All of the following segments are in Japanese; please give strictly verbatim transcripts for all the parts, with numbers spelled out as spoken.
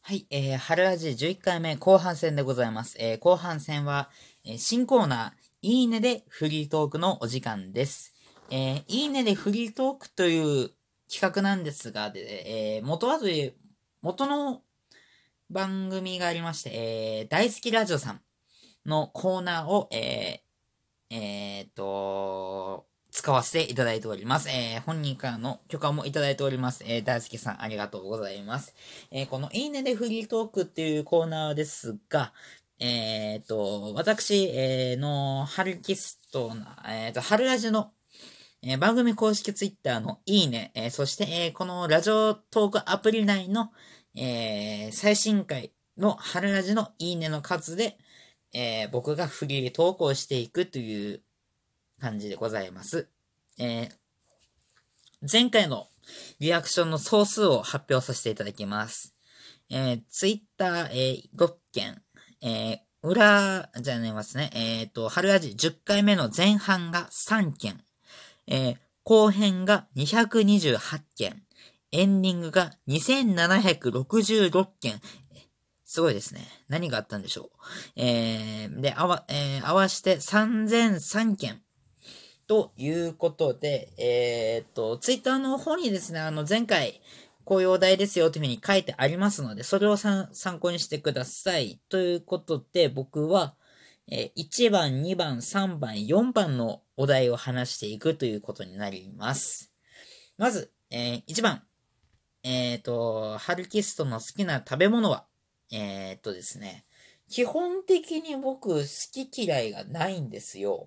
はい、えー、春ラジじゅういっかいめ後半戦でございます。えー、後半戦は、えー新コーナー、いいねでフリートークのお時間です。えー、いいねでフリートークという企画なんですが、で、えー、元はという、元の番組がありまして、えー、大好きラジオさんのコーナーを、えー、えーっと、使わせていただいております。えー、本人からの許可もいただいております。えー、大輔さんありがとうございます。えー、このいいねでフリートークっていうコーナーですが、えーっと、私、えーの、春キストな、えーっと、春ラジの、えー番組公式ツイッターのいいね、えーそして、えーこのラジオトークアプリ内の、えー最新回の春ラジのいいねの数で、えー僕がフリートークをしていくという感じでございます。えー前回のリアクションの総数を発表させていただきます。えー、ツイッター、えー、ろっけん、えー、裏、じゃあねますね、えっ、と、春味じゅっかいめの前半がさんけん、えー、後編がにひゃくにじゅうはちけん、エンディングがにせんななひゃくろくじゅうろっけん、すごいですね。何があったんでしょう。えー、で、あわ、えー、合わせてさんぜんさんけん。ということで、えーっと、ツイッターの方にですね、あの、前回、こういうお題ですよというふうに書いてありますので、それを参考にしてください。ということで、僕は、えーいちばん、にばん、さんばん、よんばんのお題を話していくということになります。まず、えーいちばん、えーっと、ハルキストの好きな食べ物は、えーっとですね、基本的に僕、好き嫌いがないんですよ。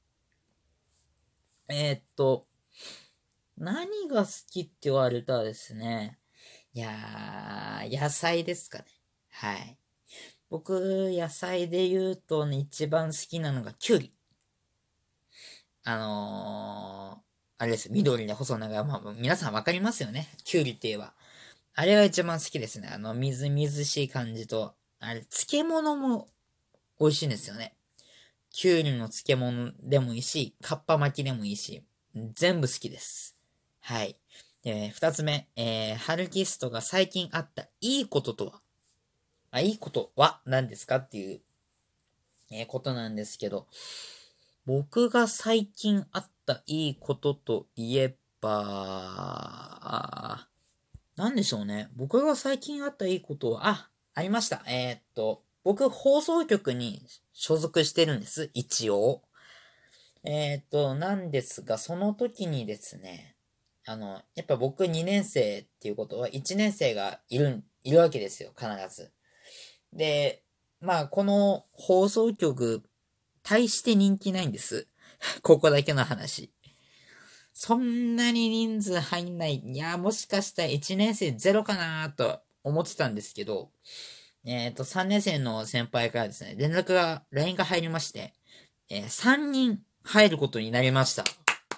えーっと、何が好きって言われたらですね、いやー、野菜ですかね。はい。僕、野菜で言うとね、一番好きなのがキュウリ。あのー、あれです。緑で細長い。まあ、皆さんわかりますよね。キュウリって言えば。あれが一番好きですね。あの、みずみずしい感じと、あれ、漬物も美味しいんですよね。キュウリの漬物でもいいし、カッパ巻きでもいいし、全部好きです。はい。で、二つ目、えー、ハルキストが最近あったいいこととはあ、いいことは何ですかっていう、えーことなんですけど、僕が最近あったいいことといえば、なんでしょうね。僕が最近あったいいことは、あ、ありました。えーっと、僕、放送局に所属してるんです。一応。えーっと、なんですが、その時にですね、あの、やっぱ僕にねん生っていうことはいちねん生がいるん、いるわけですよ、必ず。で、まあ、この放送局、大して人気ないんです。ここだけの話。そんなに人数入んない。いや、もしかしたらいちねん生ゼロかなと思ってたんですけど、えっと、さんねん生の先輩からですね、連絡が、ライン が入りまして、えーさんにん入ることになりました。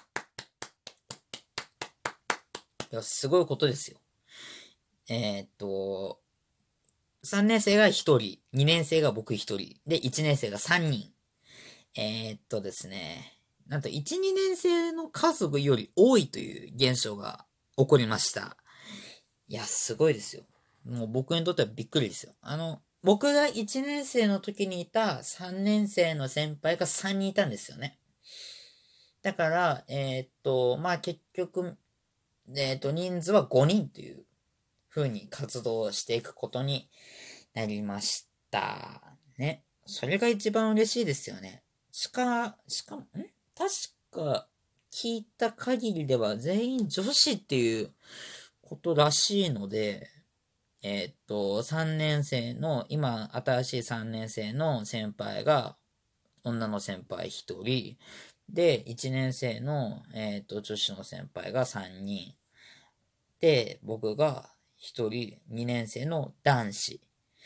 いや、すごいことですよ。えーっと、さんねん生がひとり、にねん生が僕ひとり、で、いちねん生がさんにん。えーっとですね、なんといち、にねん生の家族より多いという現象が起こりました。いや、すごいですよ。もう僕にとってはびっくりですよ。あの、僕がいちねん生の時にいたさんねん生の先輩がさんにんいたんですよね。だから、えーっと、まあ結局、えーっと、人数はごにんという風に活動していくことになりました。ね。それが一番嬉しいですよね。しか、しかも、ん確か、聞いた限りでは全員女子っていうことらしいので、えーっと、さんねん生の、今、新しいさんねん生の先輩が、女の先輩ひとり、で、いちねん生の、えーっと、女子の先輩がさんにん、で、僕がひとり、にねん生の男子。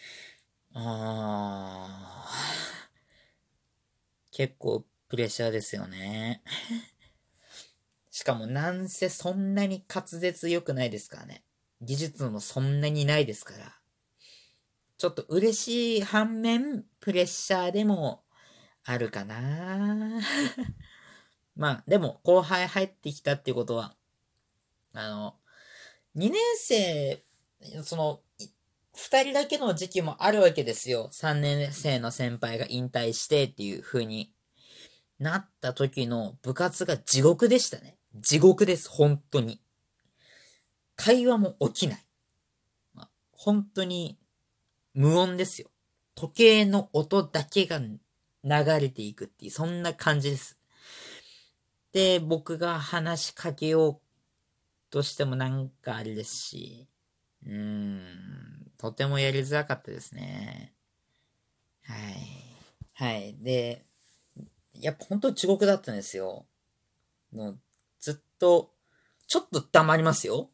あー、結構プレッシャーですよね。しかもなんせそんなに滑舌良くないですからね。技術もそんなにないですから。ちょっと嬉しい反面、プレッシャーでもあるかな。まあ、でも後輩入ってきたっていうことは、あの、にねん生、その、 二人だけの時期もあるわけですよ。さんねん生の先輩が引退してっていう風になった時の部活が地獄でしたね。地獄です、本当に。会話も起きない。まあ本当に無音ですよ。時計の音だけが流れていくっていう、そんな感じです。で、僕が話しかけようとしてもなんかあれですし、うーん、とてもやりづらかったですね。はい。はい。で、やっぱ本当に地獄だったんですよ。もう、ずっと、ちょっと黙りますよ。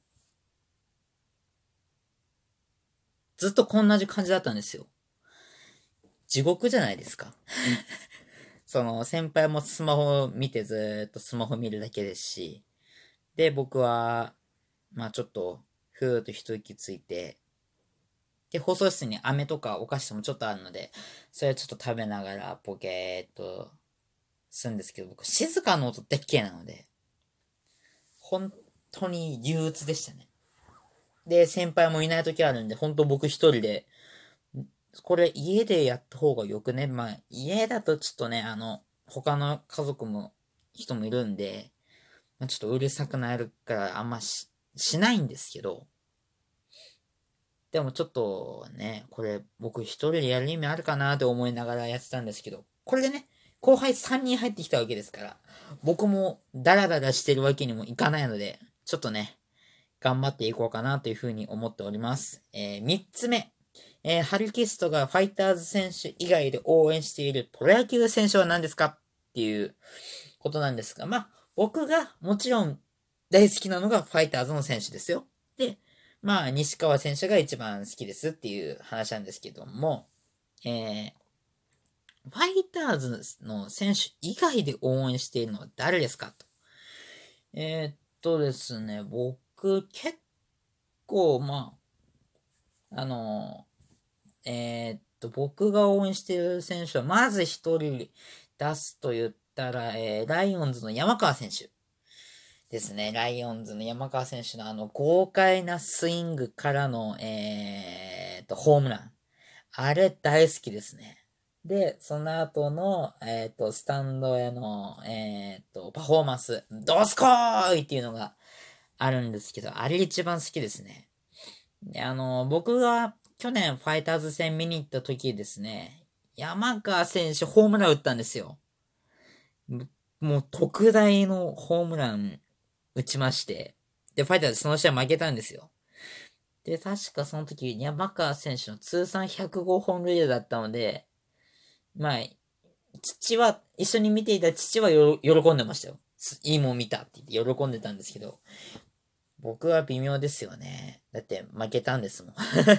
ずっとこんな感じだったんですよ。地獄じゃないですか。その、先輩もスマホを見てずーっとスマホ見るだけですし、で、僕は、まあちょっと、ふーっと一息ついて、で、放送室に飴とかお菓子もちょっとあるので、それをちょっと食べながらポケーっとするんですけど、僕静かな音でっけえなので、本当に憂鬱でしたね。で、先輩もいない時あるんで、本当僕一人で、これ家でやった方がよくね。まあ、家だとちょっとね、あの、他の家族も、人もいるんで、まあ、ちょっとうるさくなるからあんまし、しないんですけど、でもちょっとね、これ僕一人でやる意味あるかなって思いながらやってたんですけど、これでね、後輩さんにん入ってきたわけですから、僕もダラダラしてるわけにもいかないので、ちょっとね、頑張っていこうかなというふうに思っております。えー、みっつめ。えー、ハルキストがファイターズ選手以外で応援しているプロ野球選手は何ですかっていうことなんですが、まあ、僕がもちろん大好きなのがファイターズの選手ですよ。で、まあ、西川選手が一番好きですっていう話なんですけども、えー、ファイターズの選手以外で応援しているのは誰ですかと。えー、っとですね、僕結構、まあ、あの、えーっと、僕が応援している選手は、まず一人出すと言ったら、えー、ライオンズの山川選手ですね。ライオンズの山川選手のあの豪快なスイングからの、えーっと、ホームラン。あれ大好きですね。で、その後の、えーっと、スタンドへの、えーっと、パフォーマンス、ドスコーイっていうのがあるんですけど、あれ一番好きですね。で、あの、僕が去年ファイターズ戦見に行った時ですね、山川選手ホームラン打ったんですよ。もう特大のホームラン打ちまして、で、ファイターズその試合負けたんですよ。で、確かその時、山川選手の通算ひゃくごほん塁打だったので、まあ、父は、一緒に見ていた父はよ喜んでましたよ。いいもん見たって言って喜んでたんですけど、僕は微妙ですよね。だって負けたんですもん。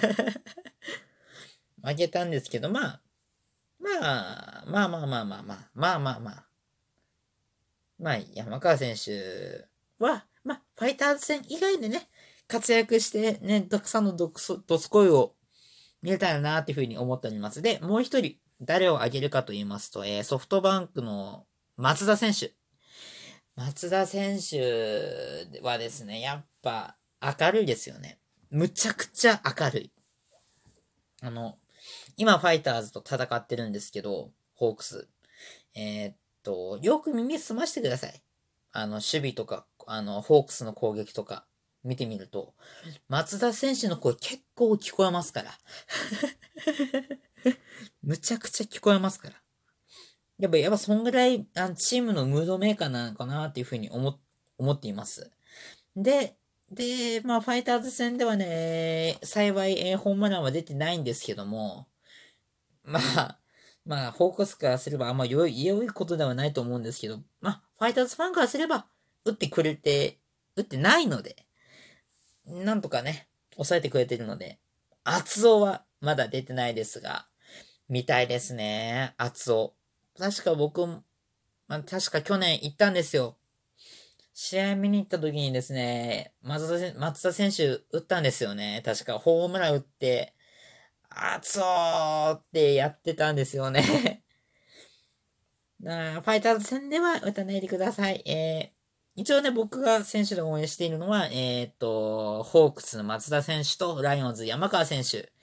負けたんですけど、まあ、まあ、まあまあまあまあまあ、まあまあまあ。まあ、山川選手は、まあ、ファイターズ戦以外でね、活躍してね、たくさんのドスドスコイを見れたらなっていうふうに思っております。で、もう一人、誰を挙げるかと言いますと、えー、ソフトバンクの松田選手。松田選手はですね、やっぱ明るいですよね。むちゃくちゃ明るい。あの、今ファイターズと戦ってるんですけど、ホークス。えーっと、よく耳澄ましてください。あの、守備とか、あの、ホークスの攻撃とか、見てみると、松田選手の声結構聞こえますから。むちゃくちゃ聞こえますから。やっぱ、やっぱそんぐらい、あのチームのムードメーカーなのかなっていうふうに思、思っています。で、で、まあ、ファイターズ戦ではね、幸い、えーホームランは出てないんですけども、まあ、まあ、ホークスからすればあんま良い、良いことではないと思うんですけど、まあ、ファイターズファンからすれば、打ってくれて、打ってないので、なんとかね、抑えてくれてるので、厚尾はまだ出てないですが、見たいですね、厚尾。確か僕も、まあ、確か去年行ったんですよ。試合見に行った時にですね、松田せ松田選手打ったんですよね。確かホームラン打って、熱ーってやってたんですよね。なファイターズ戦では打たないでください。えー、一応ね、僕が選手で応援しているのは、えーっと、ホークスの松田選手とライオンズ山川選手。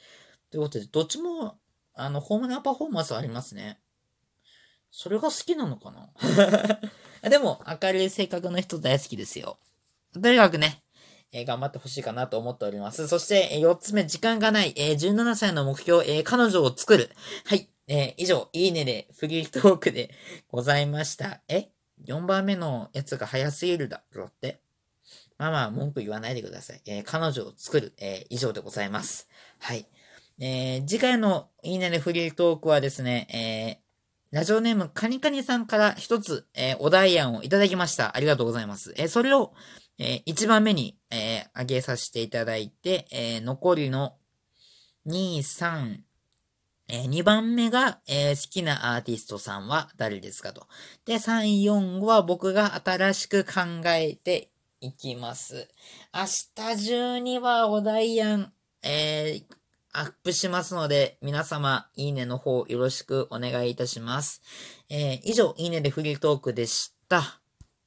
ということで、どっちも、あの、ホームランパフォーマンスありますね。それが好きなのかなでも、明るい性格の人大好きですよ。とにかくね、えー頑張ってほしいかなと思っております。そして、えー、よっつめ、時間がない、えー、じゅうななさいの目標、えー彼女を作る。はい。えー以上、いいねで、フリートークでございました。え ?よん 番目のやつが早すぎるだろって。まあまあ、文句言わないでください。えー彼女を作る。えー以上でございます。はい。えー次回のいいねでフリートークはですね、えーラジオネームカニカニさんから一つ、えーお題案をいただきました。ありがとうございます。えーそれを、えー一番目に、えー挙げさせていただいて、えー残りのに、さん、えーにばんめが、えー好きなアーティストさんは誰ですかと。で、さん、よん、ごは僕が新しく考えていきます。明日中にはお題案、えーアップしますので、皆様、いいねの方よろしくお願いいたします。えー以上、いいねでフリートークでした。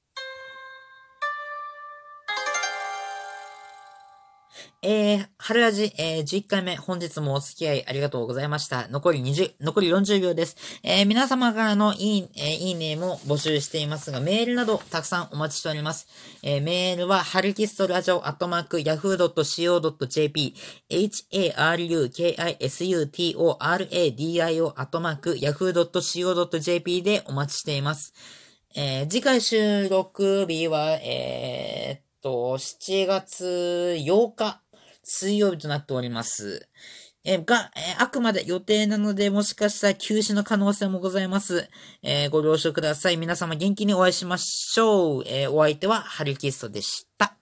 えー、春ラジ、えー、じゅういっかいめ、本日もお付き合いありがとうございました。残りにじゅう、残りよんじゅうびょうです。えー、皆様からのいい、えー、いいねも募集していますが、メールなどたくさんお待ちしております。えー、メールは、ハルキストラジオアットマーク、ヤフー ドット シーオー ドット ジェーピー、harukisutoradio アットマーク、ヤフー ドット シーオー ドット ジェーピー でお待ちしています。えー、次回収録日は、えーっと、しちがつようか、水曜日となっております。えーが、えーあくまで予定なので、もしかしたら休止の可能性もございます。えーご了承ください。皆様元気にお会いしましょう。えーお相手はハルキストでした。